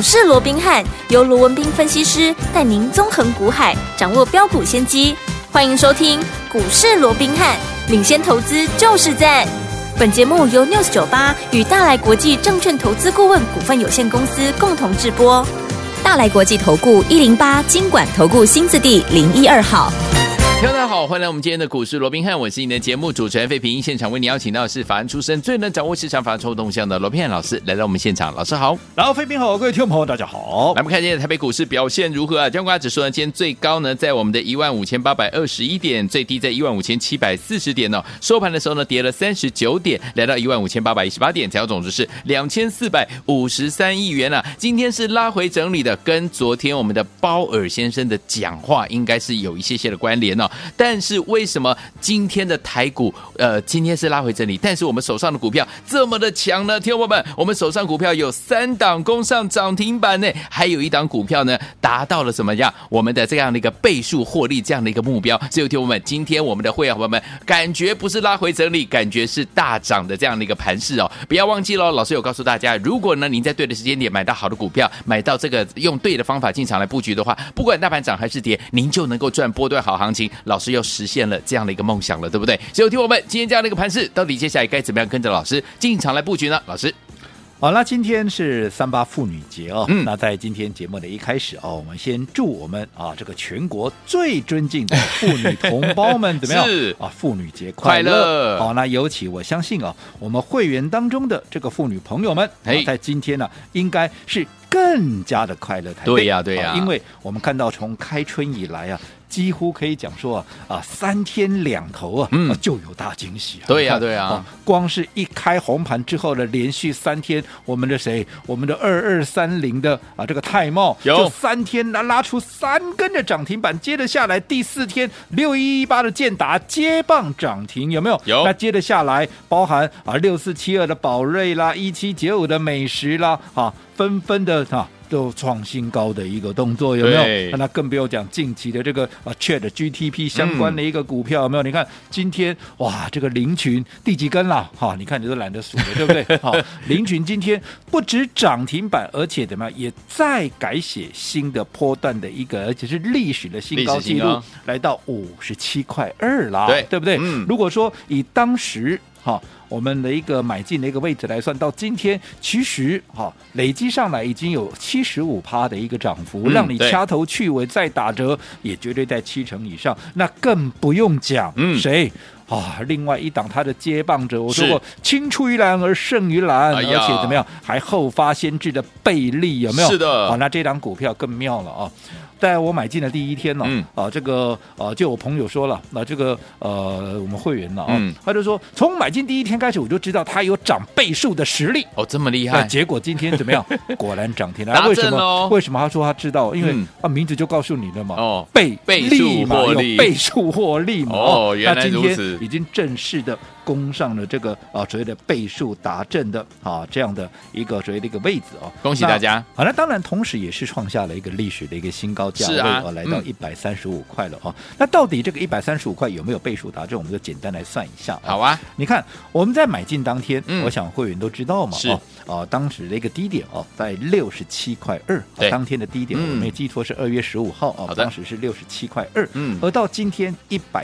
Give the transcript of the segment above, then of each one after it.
市罗宾汉由罗文彬分析师带您纵横股海，掌握标股先机。欢迎收听股市罗宾汉，领先投资就是赞。本节目由 News98 与大来国际证券投资顾问股份有限公司共同制播。大来国际投顾108金管投顾新字第012号。 大家好，欢迎来我们今天的股市罗宾汉，我是你的节目主持人费平。现场为你邀请到的是法案出身、最能掌握市场法案臭动向的罗宾汉老师来到我们现场。老师好。 然后费平好，各位听众朋友大家好。 来，我们看今天的台北股市表现如何啊？加权指数呢，今天最高呢在我们的15821点，最低在15740点哦。收盘的时候呢，跌了39点，来到15818点，成交总值是2453亿元啊。今天是拉回整理的，跟昨天我们的鲍尔先生的讲话应该是有一些的关联哦。但是为什么今天的台股今天是拉回整理，但是我们手上的股票这么的强呢？听众朋友们，我们手上股票有3档攻上涨停板呢，还有1档股票呢达到了什么样我们的这样的一个倍数获利这样的一个目标。所以听众朋友们，今天我们的会员伙伴们感觉不是拉回整理，感觉是大涨的这样的一个盘势哦。不要忘记了，老师有告诉大家，如果呢您在对的时间点买到好的股票，买到这个用对的方法进场来布局的话，不管大盘涨还是跌，您就能够赚波段好行情。老师又实现了这样的一个梦想了，对不对？所以听我们今天这样的一个盘势，到底接下来该怎么样跟着老师进场来布局呢？老师， 好，那今天是38妇女节哦。那在今天节目的一开始哦，我们先祝我们这个全国最尊敬的妇女同胞们怎么样？是妇女节快乐！好，那尤其我相信我们会员当中的这个妇女朋友们，在今天呢，应该是更加的快乐才对。对呀，因为我们看到从开春以来几乎可以讲说3天2头就有大惊喜对呀，光是一开红盘之后的连续3天，我们的2230的这个泰茂就3天拉出3根的涨停板，接着下来第4天6118的建达接棒涨停，有没有？有。那接着下来包含6472的宝瑞啦，1795的美食啦，纷纷的都创新高的一个动作，有没有？那更不用讲近期的这个ChatGPT 相关的一个股票，有没有？你看今天哇，这个林群第几根啦？你看你都懒得数了，对不对？林群今天不止涨停板，而且怎么样，也再改写新的波段的一个，而且是历史的新高纪录，来到57.2块啦，对不对？如果说以当时我们的一个买进的一个位置来算，到今天其实累积上来已经有75%的一个涨幅，让你掐头去尾再打折也绝对在70%以上。那更不用讲谁另外一档他的接棒者，我说过青出于蓝而胜于蓝，而且怎么样，还后发先至的倍利，有没有？是的。那这档股票更妙了在我买进的第一天这个就我朋友说了，那这个我们会员他就说从买进第一天开始我就知道他有涨倍数的实力这么厉害。 结果今天怎么样？果然涨停了。为什么他说他知道？因为名字就告诉你了嘛，倍利嘛，有倍数获利嘛。 原来如此。 那今天已经正式的攻上了这个所谓的倍数达阵的这样的一个所谓的一个位置恭喜大家。 那当然同时也是创下了一个历史的一个新高价位来到135块了那到底这个135块有没有倍数达阵？我们就简单来算一下好啊。 你看我们在买进当天我想会员都知道嘛当时的一个低点在67.2块当天的低点我没记错是2月15号当时是67.2块而到今天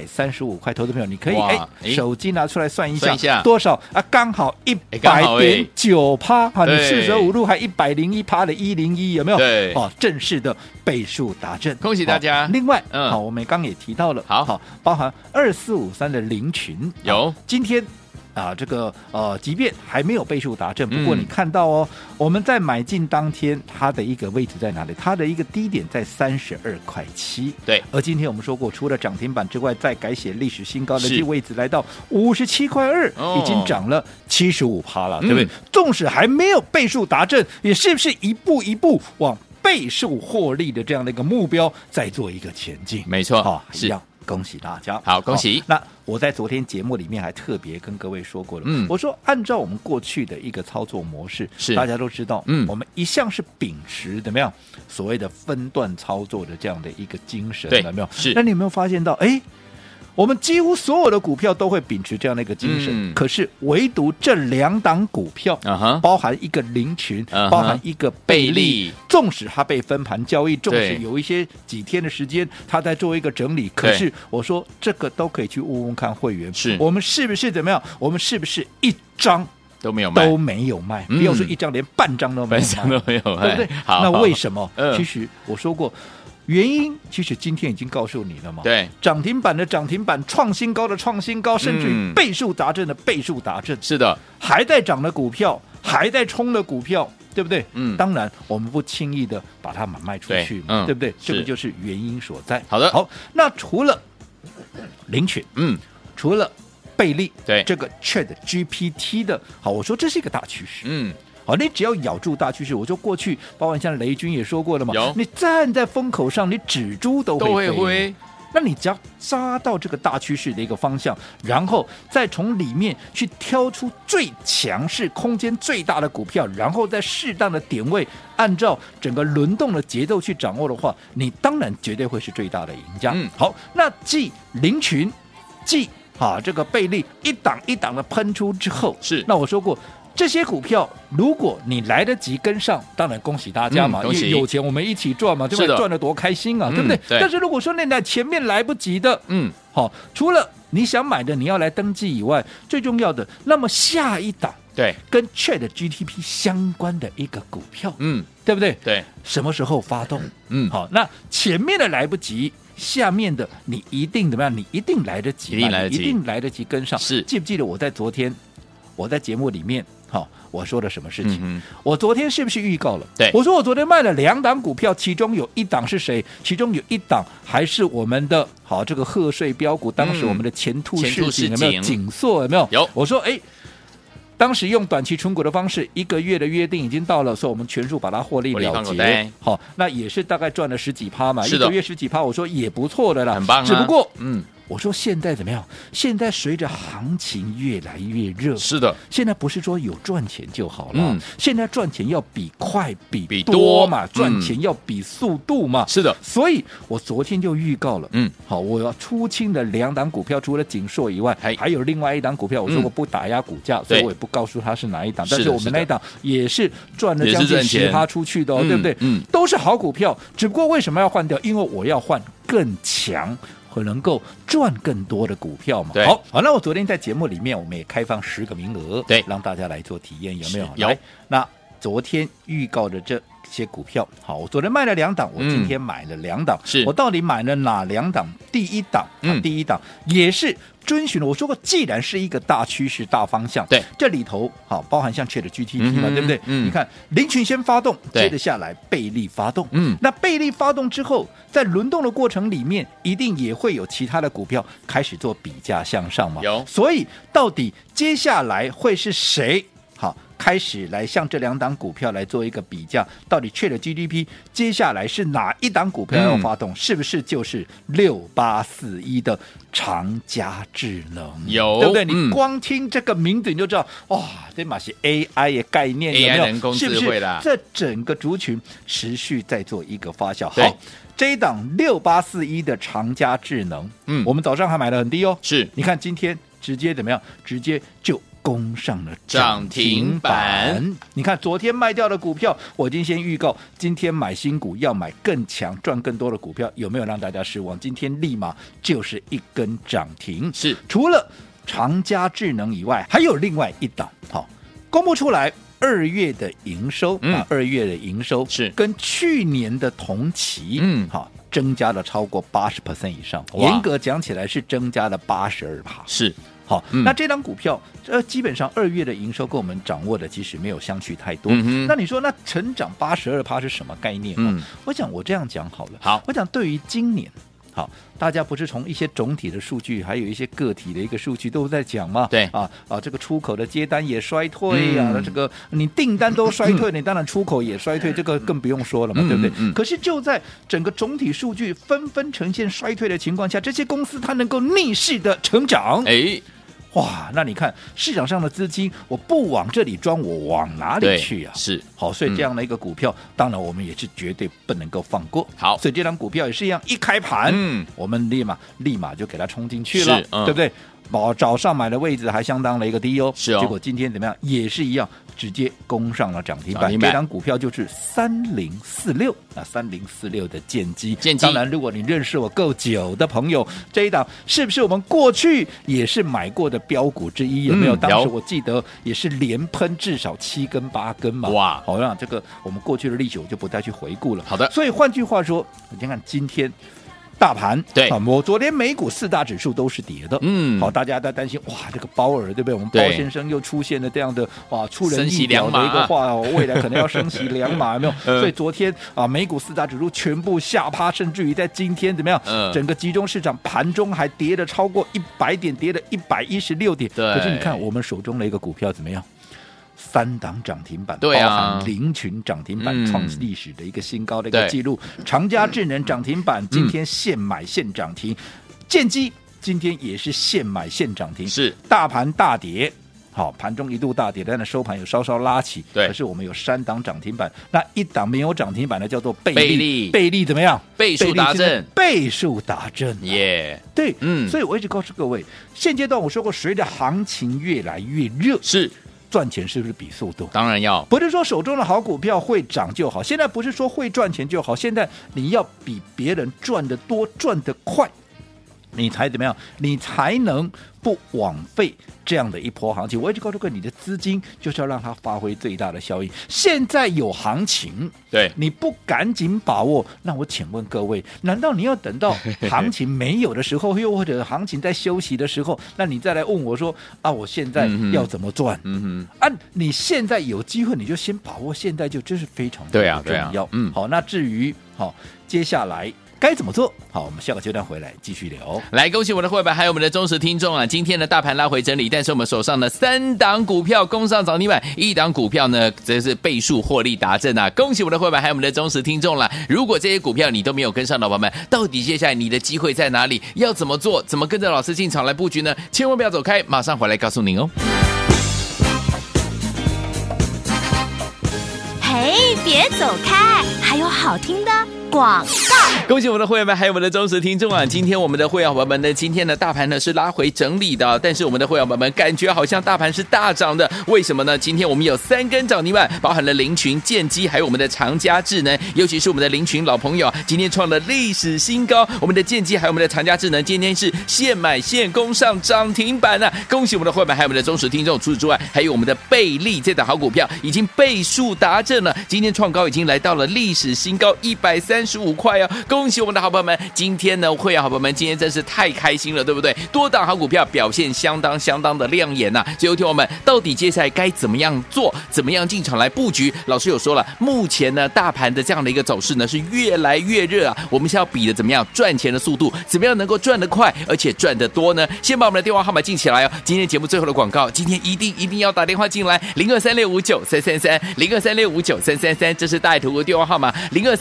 135块，投资朋友你可以手机拿出来算一下多少刚好100.9%你4舍5入还101%的101，有没有？对正式的倍数达阵， 恭喜大家。 另外我们刚也提到了包含2453的林群有今天这个即便还没有倍数达阵，不过你看到我们在买进当天它的一个位置在哪里？它的一个低点在32.7块。对，而今天我们说过，除了涨停板之外，再改写历史新高的这位置来到57.2块，已经涨了75%了，对不对？纵使还没有倍数达阵，也是不是一步一步往倍数获利的这样的一个目标再做一个前进？ 没错， 是。恭喜大家， 好，恭喜。 那我在昨天节目里面还特别跟各位说过了，我说按照我们过去的一个操作模式，大家都知道，我们一向是秉持怎么样所谓的分段操作的这样的一个精神，有没有？是。那你有没有发现到， 我们几乎所有的股票都会秉持这样的一个精神，可是唯独这2档股票，包含一个林群，包含一个贝利，纵使它被分盘交易，纵使有一些几天的时间，它在做一个整理，可是我说这个都可以去问问看会员，我们是不是怎么样？我们是不是一张都没有卖， 不要说一张，连半张都没有卖，对不对？那为什么？其实我说过。原因其实今天已经告诉你了嘛， 对， 涨停板的涨停板，创新高的创新高，甚至于倍数达阵的倍数达阵， 是的， 还在涨的股票，还在冲的股票，对不对？当然我们不轻易的把它卖出去嘛，对不对？这个就是原因所在。 好的， 好，那除了林群，除了贝利， 对这个 ChatGPT 的，好，我说这是一个大趋势，好，你只要咬住大趋势，我就过去，包括像雷军也说过了嘛，你站在风口上，你指猪都会飞。那你只要扎到这个大趋势的一个方向，然后再从里面去挑出最强势、空间最大的股票，然后在适当的点位，按照整个轮动的节奏去掌握的话，你当然绝对会是最大的赢家。好，那继林群，继这个贝利一档一档的喷出之后， 是那我说过。这些股票，如果你来得及跟上，当然恭喜大家嘛，因为有钱我们一起赚嘛，对不对？赚得多开心啊，对不对？但是如果说你在前面来不及的，好，除了你想买的你要来登记以外，最重要的，那么下一档对跟 ChatGPT 相关的一个股票，对不对？ 对， 什么时候发动？好，那前面的来不及。下面的你一定怎么样？你一定来得及，一定来得及跟上。 是， 记不记得我在昨天我在节目里面我说了什么事情？我昨天是不是预告了？ 对， 我说我昨天卖了2档股票，其中有1档是谁？其中有1档还是我们的这个贺岁标股，当时我们的前兔似锦，有没有？景硕有没有？ 有。 我说当时用短期存股的方式，1个月的约定已经到了，所以我们全数把它获利了结。好，那也是大概赚了10几%嘛，1个月10几%，我说也不错的啦， 很棒啊。 只不过我说现在怎么样？现在随着行情越来越热， 是的， 现在不是说有赚钱就好了，现在赚钱要比快比多嘛，赚钱要比速度嘛， 是的。 所以我昨天就预告了，好，我要出清的2档股票，除了景硕以外，还有另外1档股票，我说我不打压股价，所以我也不告诉他是哪一档，但是我们那一档也是赚了将近10%出去的对不对？都是好股票，只不过为什么要换掉？因为我要换更强和能够赚更多的股票嘛。好，那我昨天在节目里面我们也开放10个名额， 对， 让大家来做体验，有没有？ 有。 那昨天预告的这些股票，好，我昨天卖了2档，我今天买了2档， 是我到底买了哪2档？第一档，第一档也是遵循了我说过，既然是一个大趋势、大方向， 对， 这里头好包含像 ChatGPT 嘛，对不对？你看林群先发动，接着下来贝利发动，那贝利发动之后，在轮动的过程里面，一定也会有其他的股票开始做比价向上嘛， 有， 所以到底接下来会是谁？好，开始来向这2档股票来做一个比价，到底ChatGPT接下来是哪一档股票要发动？是不是就是6841的长佳智能？ 有， 对不对？你光听这个名字你就知道，哇，这嘛是 AI 的概念，有没有？ 人工智慧啦， 是不是这整个族群持续在做一个发酵？好，这一档6841的长佳智能，我们早上还买得很低哦， 是， 你看今天直接怎么样？直接就攻上了涨停板。你看昨天卖掉的股票，我已经先预告，今天买新股要买更强赚更多的股票，有没有让大家失望？今天立马就是一根涨停。 是， 除了长佳智能以外，还有另外1档，好，公布出来2月的营收，2月的营收是跟去年的同期，好，增加了超过80% 以上，严格讲起来是增加了82%。 是。 好，那这张股票基本上2月的营收跟我们掌握的其实没有相去太多。那你说那成长82%是什么概念？我想我这样讲好了。 好， 我讲对于今年，好，大家不是从一些总体的数据，还有一些个体的一个数据都在讲嘛？ 对这个出口的接单也衰退啊，这个你订单都衰退，你当然出口也衰退，这个更不用说了嘛，对不对？可是就在整个总体数据纷纷呈现衰退的情况下，这些公司它能够逆势的成长， 哇，那你看市场上的资金，我不往这里装，我往哪里去啊？ 是好，所以这样的一个股票，当然我们也是绝对不能够放过。 好， 所以这张股票也是一样，一开盘，我们立马就给它冲进去了，对不对？早上买的位置还相当的一个低哦， 是哦。 结果今天怎么样？也是一样，直接攻上了涨停板。这张股票就是3046啊，3046的建机。当然，如果你认识我够久的朋友，这一档是不是我们过去也是买过的标股之一？有没有？当时我记得也是连喷至少7根8根嘛。 哇， 好，那这个我们过去的历史我就不再去回顾了。 好的。 所以换句话说，你看今天。大盘对， 我昨天美股4大指数都是跌的，好，大家在担心哇，这个鲍尔对不对？我们鲍先生又出现了这样的哇出人意表的一个话，未来可能要升息2码，有没有？所以昨天美股4大指数全部下趴，甚至于在今天怎么样？整个集中市场盘中还跌了超过100点，跌了116点。可是你看我们手中的一个股票怎么样？3档涨停板， 对啊， 包含凌群涨停板，创历史的一个新高的一个记录。长佳智能涨停板，今天现买现涨停。建机今天也是现买现涨停。 是大盘大跌，好，盘中一度大跌，但是收盘有稍稍拉起。 对， 可是我们有3档涨停板，那一档没有涨停板的叫做倍利。倍利怎么样？ 倍数达阵， 倍数达阵耶！ 对，所以我一直告诉各位，现阶段我说过，随着行情越来越热， 是。 赚钱是不是比速度？ 当然要， 不是说手中的好股票会涨就好。现在不是说会赚钱就好，现在你要比别人赚得多、赚得快，你才怎么样？你才能不枉费这样的一波行情。我一直告诉各位，你的资金就是要让它发挥最大的效益。现在有行情， 对， 你不赶紧把握，那我请问各位，难道你要等到行情没有的时候，又或者行情在休息的时候，那你再来问我说啊，我现在要怎么赚？你现在有机会，你就先把握现在，就这是非常重要。好，那至于接下来该怎么做？好，我们下个阶段回来继续聊。 来，恭喜我们的会员还有我们的忠实听众啊！今天的大盘拉回整理，但是我们手上的3档股票攻上涨停板，1档股票呢则是倍数获利达阵啊！恭喜我们的会员还有我们的忠实听众啦！如果这些股票你都没有跟上的朋友们，到底接下来你的机会在哪里？要怎么做？怎么跟着老师进场来布局呢？千万不要走开，马上回来告诉您哦。 嘿，别走开，还有好听的广告。 恭喜我们的会员们还有我们的忠实听众啊！今天我们的会员伙伴们呢，今天的大盘呢是拉回整理的，但是我们的会员伙伴们感觉好像大盘是大涨的，为什么呢？今天我们有3根涨停板，包含了凌群、建机还有我们的长佳智能，尤其是我们的凌群老朋友，今天创了历史新高，我们的建机还有我们的长佳智能今天是现买现攻上涨停板啊！恭喜我们的会员还有我们的忠实听众，除此之外还有我们的倍利这档好股票已经倍数达阵了，今天创高已经来到了历史新高135块哦！恭喜我们的好朋友们，今天呢会员好朋友们今天真是太开心了，对不对？多档好股票表现相当的亮眼呐！所以听我们到底接下来该怎么样做，怎么样进场来布局？老师有说了，目前呢大盘的这样的一个走势呢是越来越热啊，我们是要比的怎么样赚钱的速度，怎么样能够赚得快而且赚得多呢？先把我们的电话号码记起来哦。今天节目最后的广告，今天一定要打电话进来，0236593333 0236593333，这是大爱投顾电话号码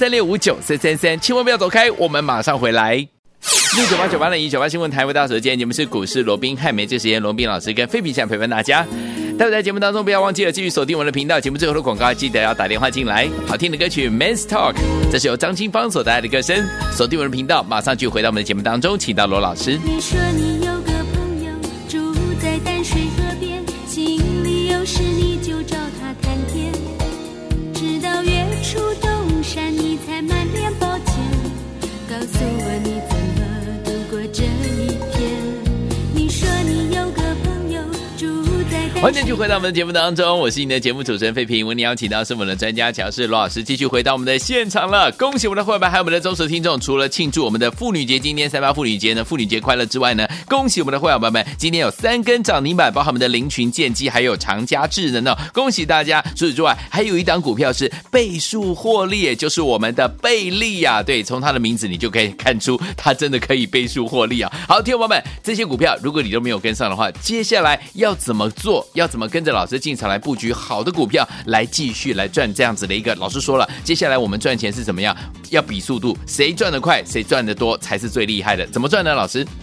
0236593333，千万不要走开，我们马上回来。698980198新闻台为大家所见，节目是股市罗宾汉，每这时间罗宾老师跟菲比想陪伴大家。待会在节目当中不要忘记了继续锁定我们的频道，节目最后的广告记得要打电话进来。好听的歌曲 Men's Talk， 这是由张清芳所带来的歌声。锁定我们的频道，马上就回到我们的节目当中，请到罗老师。 你说你有个朋友住在淡水河边，心里有事你就找他谈天，直到月出东山你才满脸抱歉，告诉我你怎么度过这一天。你说你有个朋友住在欢迎继续回到我们的节目当中，我是你的节目主持人费平。为你邀请到是我们的专家讲师罗老师，继续回到我们的现场了。恭喜我们的会员还有我们的忠实听众，除了庆祝我们的妇女节，今天38妇女节呢，妇女节快乐之外呢，恭喜我们的会员们，今天有3根涨停板，包含我们的凌群、建机还有长佳智能哦，恭喜大家！除此之外，还有一档股票是倍数获利，也就是我们的倍利啊。对，从它的名字你就可以看出，它真的可以倍数获利啊。好，听众朋友们，这些股票如果你都没有跟上的话，接下来要怎么做？要怎么跟着老师进场来布局好的股票，来继续来赚这样子的一个？老师说了，接下来我们赚钱是怎么样？要比速度，谁赚得快，谁赚得多才是最厉害的。怎么赚呢？老师？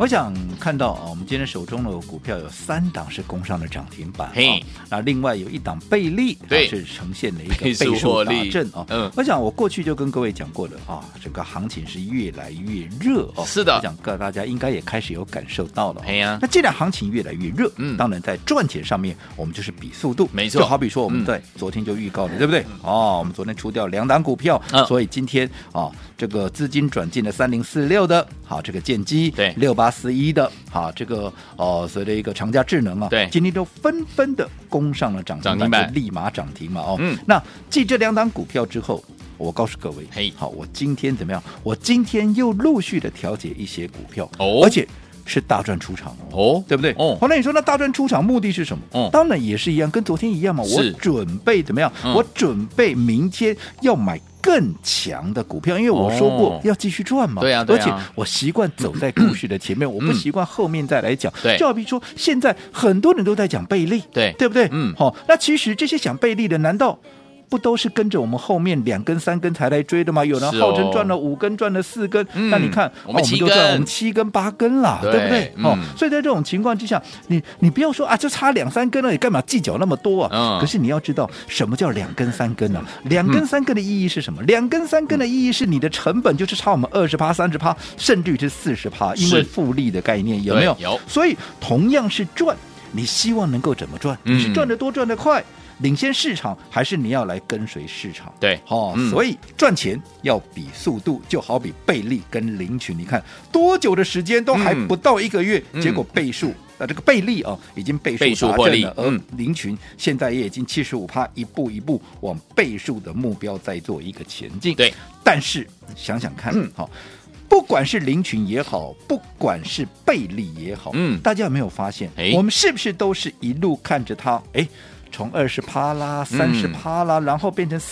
我想看到我们今天手中的股票有3档是攻上了涨停板，那另外有1档倍利是呈现了一个倍数大震我想我过去就跟各位讲过的这个行情是越来越热是的， 我想大家应该也开始有感受到了那既然行情越来越热，当然在赚钱上面我们就是比速度， 没错， 就好比说我们在昨天就预告了，对不对？我们昨天出掉2档股票，所以今天这个资金转进了3046的这个建基， 对 6841的这个所谓的一个长佳智能对， 今天都纷纷的攻上了涨停板，立马涨停嘛那继这2档股票之后，我告诉各位，我今天怎么样？我今天又陆续的调节一些股票，而且是大赚出场对不对？那你说那大赚出场目的是什么？当然也是一样，跟昨天一样嘛。我准备怎么样？我准备明天要买更强的股票，因为我说过要继续赚嘛。 对啊， 而且我习惯走在故事的前面，我不习惯后面再来讲。就好比说，现在很多人都在讲倍利，对不对？那其实这些讲倍利的，难道不都是跟着我们后面2根3根才来追的吗？有人号称赚了5根，赚了4根，那你看我们就赚我们7根8根啦，对不对？所以在这种情况之下，你不要说就差2、3根了，你干嘛计较那么多可是你要知道什么叫2根3根呢？2根3根的意义是什么？2根3根的意义是你的成本就是差我们20%、30%，甚至于是40%，因为复利的概念有没有？ 有。 所以同样是赚，你希望能够怎么赚？你是赚得多赚得快？领先市场，还是你要来跟随市场？ 对， 所以赚钱要比速度，就好比倍利跟林群，你看多久的时间都还不到1个月，结果倍数这个倍利已经倍数达阵了，而林群现在也已经75%，一步一步往倍数的目标在做一个前进。 对， 但是想想看，不管是林群也好，不管是倍利也好，大家有没有发现，我们是不是都是一路看着它，从20%啦、30%啦，然后变成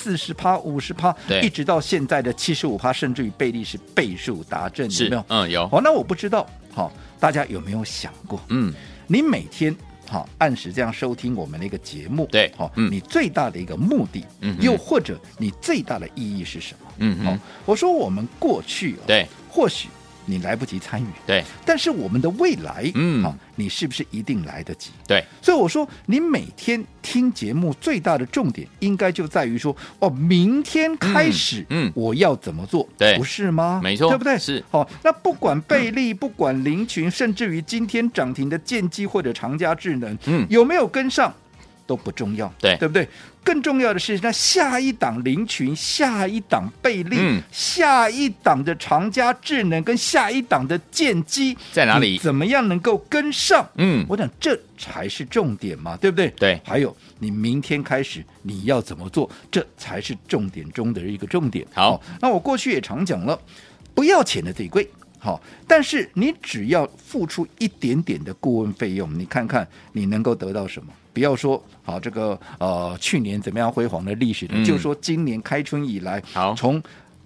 40%、50%，一直到现在的75%，甚至于倍利是倍数达阵，有没有？ 有。 那我不知道，大家有没有想过，你每天按时这样收听我们的一个节目， 对， 你最大的一个目的，又或者你最大的意义是什么？我说我们过去， 对， 或许你来不及参与， 对， 但是我们的未来，你是不是一定来得及？ 对， 所以我说，你每天听节目最大的重点，应该就在于说，明天开始，我要怎么做？ 对， 不是吗？ 没错， 对不对？ 是。 那不管倍利，不管林群，甚至于今天涨停的建基或者长佳智能，有没有跟上？都不重要，对不对？更重要的是，那下一档林群，下一档倍利，下一档的长佳智能，跟下一档的建基在哪里？ 怎么样能够跟上？我想这才是重点嘛，对不对？ 对。 还有，你明天开始你要怎么做？这才是重点中的一个重点。 好， 那我过去也常讲了，不要钱的最贵。但是你只要付出一点点的顾问费用，你看看你能够得到什么？不要说这个去年怎么样辉煌的历史的，就说今年开春以来，从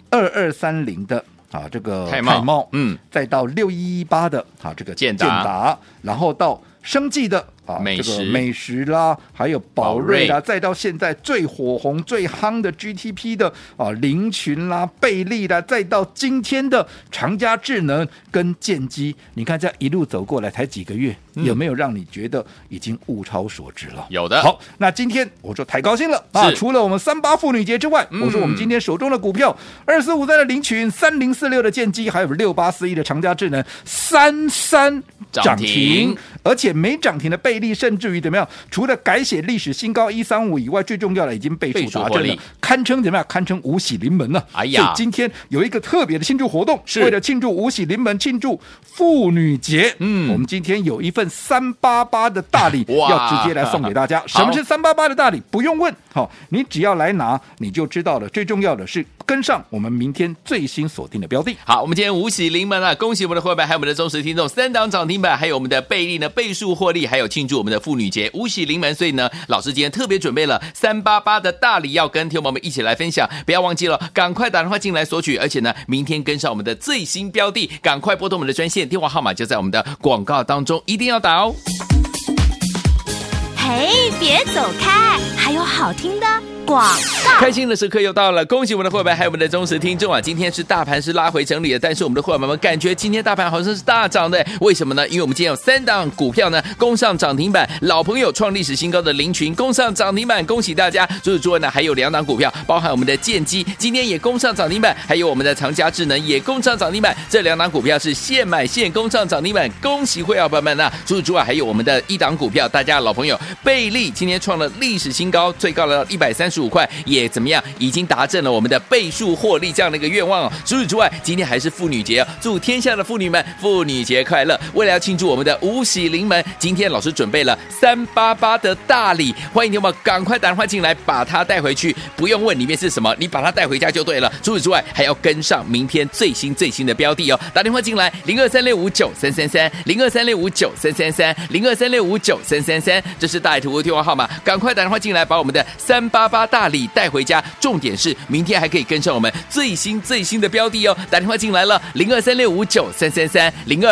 2230的这个泰茂，再到6118的这个建达，然后到生技的美食啦，还有宝瑞啦，再到现在最火红最夯的 GTP 的林群啦、倍利啦，再到今天的长佳智能跟建基，你看这样一路走过来才几个月，有没有让你觉得已经物超所值了？ 有的。 好，那今天我说太高兴了除了我们38妇女节之外，我说我们今天手中的股票2453的林群、3046的建基，还有6841的长佳智能33涨停，而且没涨停的倍利，甚至于怎么样？除了改写历史新高135以外，最重要的已经倍数达阵了，堪称怎么样？堪称五喜临门了。所以今天有一个特别的庆祝活动，为了庆祝五喜临门，庆祝妇女节。我们今天有一份388的大礼要直接来送给大家。什么是388的大礼？不用问，你只要来拿你就知道了。最重要的是跟上我们明天最新锁定的标的。 好，我们今天五喜临门了，恭喜我们的会员，还有我们的忠实听众，3档涨停板，还有我们的倍利呢倍数获利，还有庆祝我们的妇女节五喜临门。所以呢，老师今天特别准备了388的大礼，要跟听众们一起来分享。不要忘记了，赶快打电话进来索取，而且呢，明天跟上我们的最新标的，赶快拨通我们的专线，电话号码就在我们的广告当中，一定要打哦。 嘿，别走开，还有好听的广开心的时刻又到了，恭喜我们的会员还有我们的忠实听众啊！今天是大盘是拉回整理的，但是我们的会员们感觉今天大盘好像是大涨的，为什么呢？因为我们今天有3档股票呢攻上涨停板，老朋友创历史新高的林群攻上涨停板，恭喜大家！除此之外呢，还有2档股票，包含我们的建基今天也攻上涨停板，还有我们的长佳智能也攻上涨停板，这2档股票是现买现攻上涨停板，恭喜会员朋友们啊！除此之外，还有我们的1档股票，大家的老朋友贝利今天创了历史新高，最高来到135块，也怎么样？已经达成了我们的倍数获利这样的一个愿望哦。除此之外，今天还是妇女节哦，祝天下的妇女们妇女节快乐！为了要庆祝我们的五喜临门，今天老师准备了388的大礼，欢迎你们赶快打电话进来，把它带回去，不用问里面是什么，你把它带回家就对了。除此之外，还要跟上明天最新的标的哦，打电话进来0236593333 0236593333 0236593333，这是大爱图的电话号码，赶快打电话进来，把我们的388大礼带回家。重点是明天还可以跟上我们最新的标的哦，打电话进来了0236593333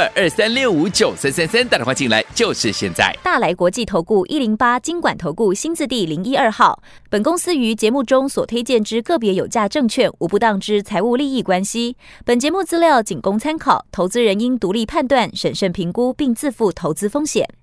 0223659333，打电话进来就是现在。 大来国际投顾108金管投顾新字第012号，本公司于节目中所推荐之个别有价证券无不当之财务利益关系，本节目资料仅供参考，投资人应独立判断、审慎评估并自负投资风险。